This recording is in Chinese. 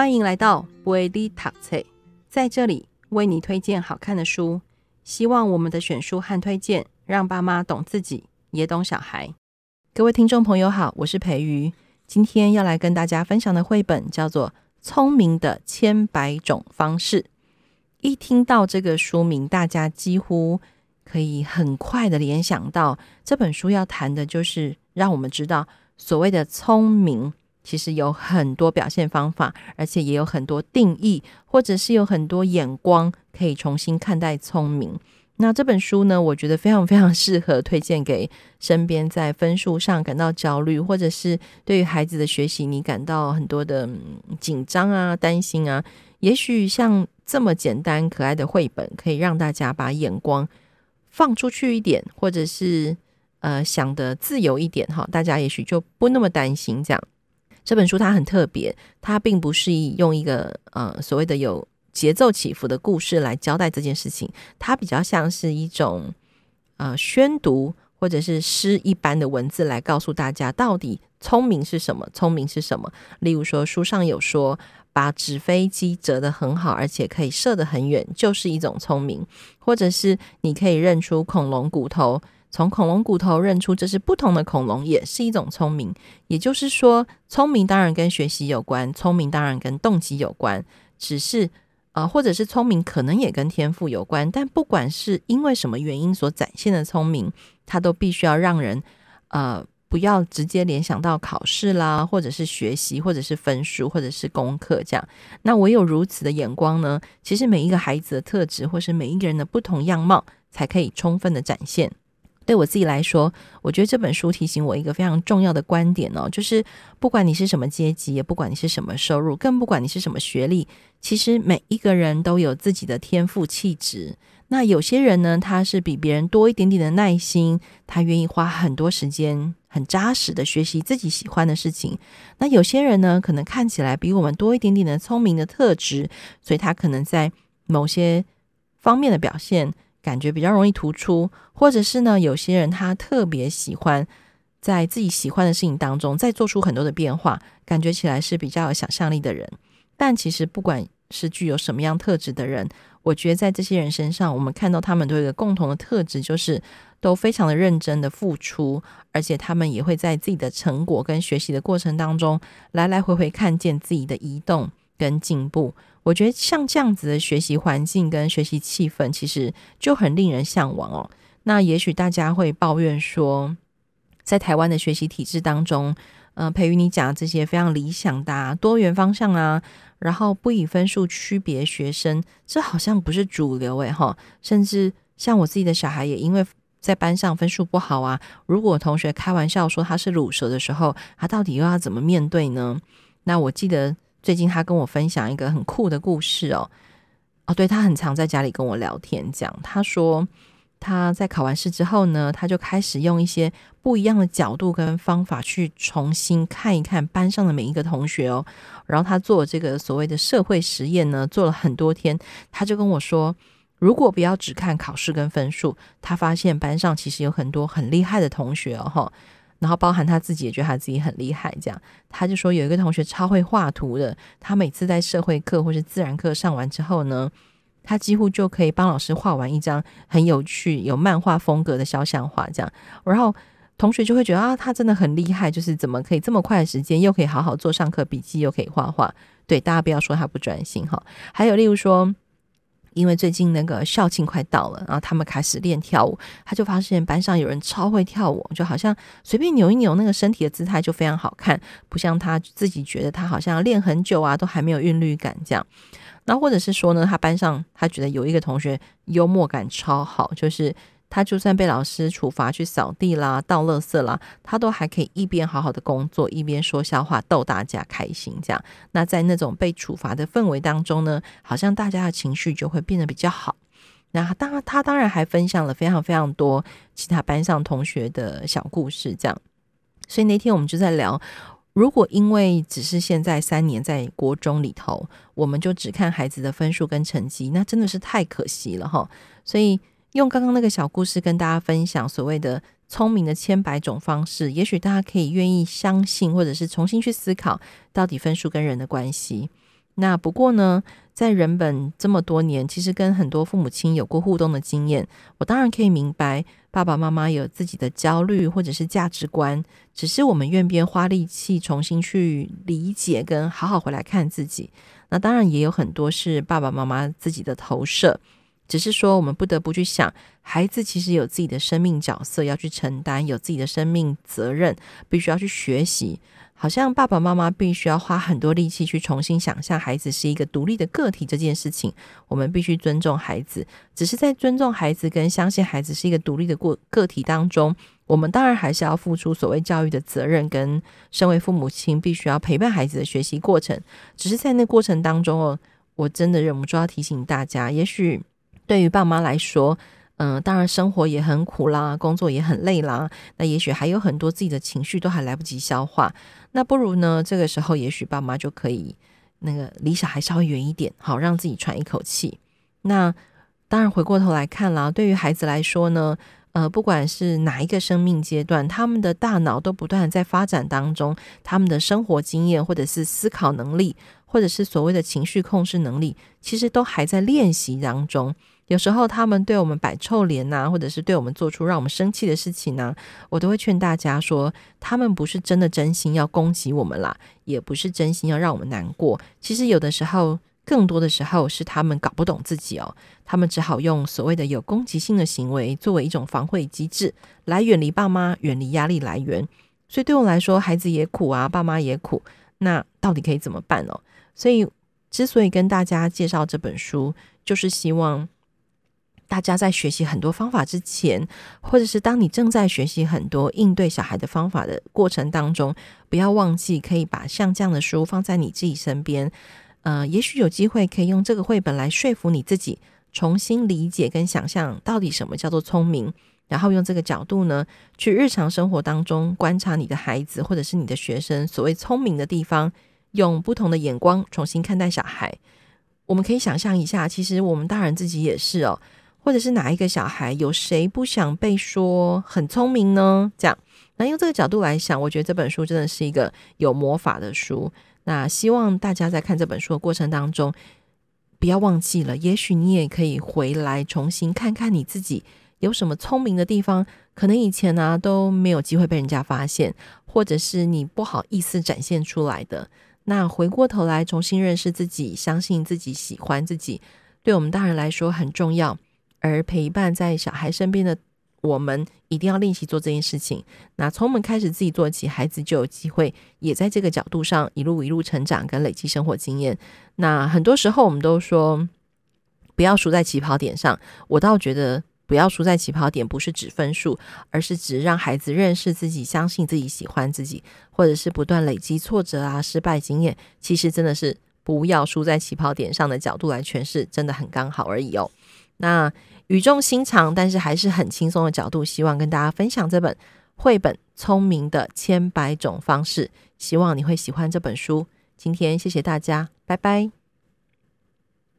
欢迎来到陪你读册，在这里为你推荐好看的书，希望我们的选书和推荐让爸妈懂自己也懂小孩。各位听众朋友好，我是培瑜，今天要来跟大家分享的绘本叫做《聪明的千百种方式》。一听到这个书名，大家几乎可以很快的联想到这本书要谈的就是让我们知道所谓的聪明其实有很多表现方法，而且也有很多定义，或者是有很多眼光可以重新看待聪明。那这本书呢，我觉得非常非常适合推荐给身边在分数上感到焦虑，或者是对于孩子的学习你感到很多的紧张啊、担心啊。也许像这么简单可爱的绘本，可以让大家把眼光放出去一点，或者是想得自由一点，大家也许就不那么担心这样。这本书它很特别，它并不是用一个所谓的有节奏起伏的故事来交代这件事情，它比较像是一种宣读或者是诗一般的文字来告诉大家到底聪明是什么，聪明是什么。例如说书上有说把纸飞机折得很好，而且可以射得很远，就是一种聪明。或者是你可以认出恐龙骨头，从恐龙骨头认出这是不同的恐龙，也是一种聪明。也就是说，聪明当然跟学习有关，聪明当然跟动机有关，只是或者是聪明可能也跟天赋有关。但不管是因为什么原因所展现的聪明，它都必须要让人不要直接联想到考试啦，或者是学习，或者是分数，或者是功课这样。那唯有如此的眼光呢，其实每一个孩子的特质，或是每一个人的不同样貌，才可以充分的展现。对我自己来说，我觉得这本书提醒我一个非常重要的观点就是不管你是什么阶级，也不管你是什么收入，更不管你是什么学历，其实每一个人都有自己的天赋气质。那有些人呢，他是比别人多一点点的耐心，他愿意花很多时间很扎实的学习自己喜欢的事情。那有些人呢，可能看起来比我们多一点点的聪明的特质，所以他可能在某些方面的表现感觉比较容易突出。或者是呢，有些人他特别喜欢在自己喜欢的事情当中再做出很多的变化，感觉起来是比较有想象力的人。但其实不管是具有什么样特质的人，我觉得在这些人身上，我们看到他们都有一个共同的特质，就是都非常的认真的付出，而且他们也会在自己的成果跟学习的过程当中来来回回看见自己的移动跟进步。我觉得像这样子的学习环境跟学习气氛，其实就很令人向往那也许大家会抱怨说，在台湾的学习体制当中，培育你讲这些非常理想的多元方向然后不以分数区别学生，这好像不是主流甚至像我自己的小孩也因为在班上分数不好如果同学开玩笑说他是鲁蛇的时候，他到底又要怎么面对呢？那我记得最近他跟我分享一个很酷的故事对，他很常在家里跟我聊天讲，他说他在考完试之后呢，他就开始用一些不一样的角度跟方法去重新看一看班上的每一个同学然后他做这个所谓的社会实验呢，做了很多天。他就跟我说，如果不要只看考试跟分数，他发现班上其实有很多很厉害的同学然后包含他自己也觉得他自己很厉害这样。他就说有一个同学超会画图的，他每次在社会课或是自然课上完之后呢，他几乎就可以帮老师画完一张很有趣有漫画风格的肖像画这样。然后同学就会觉得他真的很厉害，就是怎么可以这么快的时间又可以好好做上课笔记，又可以画画。对，大家不要说他不专心还有例如说，因为最近那个校庆快到了，然后他们开始练跳舞，他就发现班上有人超会跳舞，就好像随便扭一扭那个身体的姿态就非常好看，不像他自己觉得他好像练很久都还没有韵律感这样。然后或者是说呢，他班上他觉得有一个同学幽默感超好，就是他就算被老师处罚去扫地啦、倒垃圾啦，他都还可以一边好好的工作，一边说笑话逗大家开心这样。那在那种被处罚的氛围当中呢，好像大家的情绪就会变得比较好。那他当然还分享了非常非常多其他班上同学的小故事这样。所以那天我们就在聊，如果因为只是现在3年在国中里头，我们就只看孩子的分数跟成绩，那真的是太可惜了所以用刚刚那个小故事跟大家分享所谓的聪明的千百种方式，也许大家可以愿意相信，或者是重新去思考到底分数跟人的关系。 那不过呢，在人本这么多年，其实跟很多父母亲有过互动的经验，我当然可以明白爸爸妈妈有自己的焦虑或者是价值观，只是我们愿不愿意花力气重新去理解跟好好回来看自己。那当然也有很多是爸爸妈妈自己的投射，只是说我们不得不去想，孩子其实有自己的生命角色要去承担，有自己的生命责任必须要去学习，好像爸爸妈妈必须要花很多力气去重新想象孩子是一个独立的个体这件事情，我们必须尊重孩子，只是在尊重孩子跟相信孩子是一个独立的个体当中，我们当然还是要付出所谓教育的责任，跟身为父母亲必须要陪伴孩子的学习过程。只是在那过程当中我真的忍不住要提醒大家，也许对于爸妈来说当然生活也很苦啦，工作也很累啦，那也许还有很多自己的情绪都还来不及消化，那不如呢这个时候也许爸妈就可以离小孩稍微远一点，好让自己喘一口气。那当然回过头来看啦，对于孩子来说呢不管是哪一个生命阶段，他们的大脑都不断在发展当中，他们的生活经验或者是思考能力，或者是所谓的情绪控制能力，其实都还在练习当中。有时候他们对我们摆臭脸或者是对我们做出让我们生气的事情我都会劝大家说，他们不是真的真心要攻击我们啦，也不是真心要让我们难过，其实有的时候更多的时候是他们搞不懂自己他们只好用所谓的有攻击性的行为作为一种防卫机制，来远离爸妈，远离压力来源。所以对我来说，孩子也苦爸妈也苦，那到底可以怎么办所以之所以跟大家介绍这本书，就是希望大家在学习很多方法之前，或者是当你正在学习很多应对小孩的方法的过程当中，不要忘记可以把像这样的书放在你自己身边也许有机会可以用这个绘本来说服你自己，重新理解跟想象到底什么叫做聪明，然后用这个角度呢，去日常生活当中观察你的孩子或者是你的学生所谓聪明的地方，用不同的眼光重新看待小孩。我们可以想象一下，其实我们大人自己也是或者是哪一个小孩，有谁不想被说很聪明呢？这样，那用这个角度来想，我觉得这本书真的是一个有魔法的书。那希望大家在看这本书的过程当中，不要忘记了，也许你也可以回来重新看看你自己有什么聪明的地方，可能以前都没有机会被人家发现，或者是你不好意思展现出来的。那回过头来重新认识自己，相信自己，喜欢自己，对我们大人来说很重要。而陪伴在小孩身边的我们，一定要练习做这件事情。那从我们开始自己做起，孩子就有机会也在这个角度上一路成长跟累积生活经验。那很多时候我们都说不要输在起跑点上，我倒觉得不要输在起跑点不是指分数，而是指让孩子认识自己，相信自己，喜欢自己，或者是不断累积挫折失败经验，其实真的是不要输在起跑点上的角度来诠释，真的很刚好而已那语重心长但是还是很轻松的角度，希望跟大家分享这本绘本《聪明的千百种方式》，希望你会喜欢这本书。今天谢谢大家，拜拜。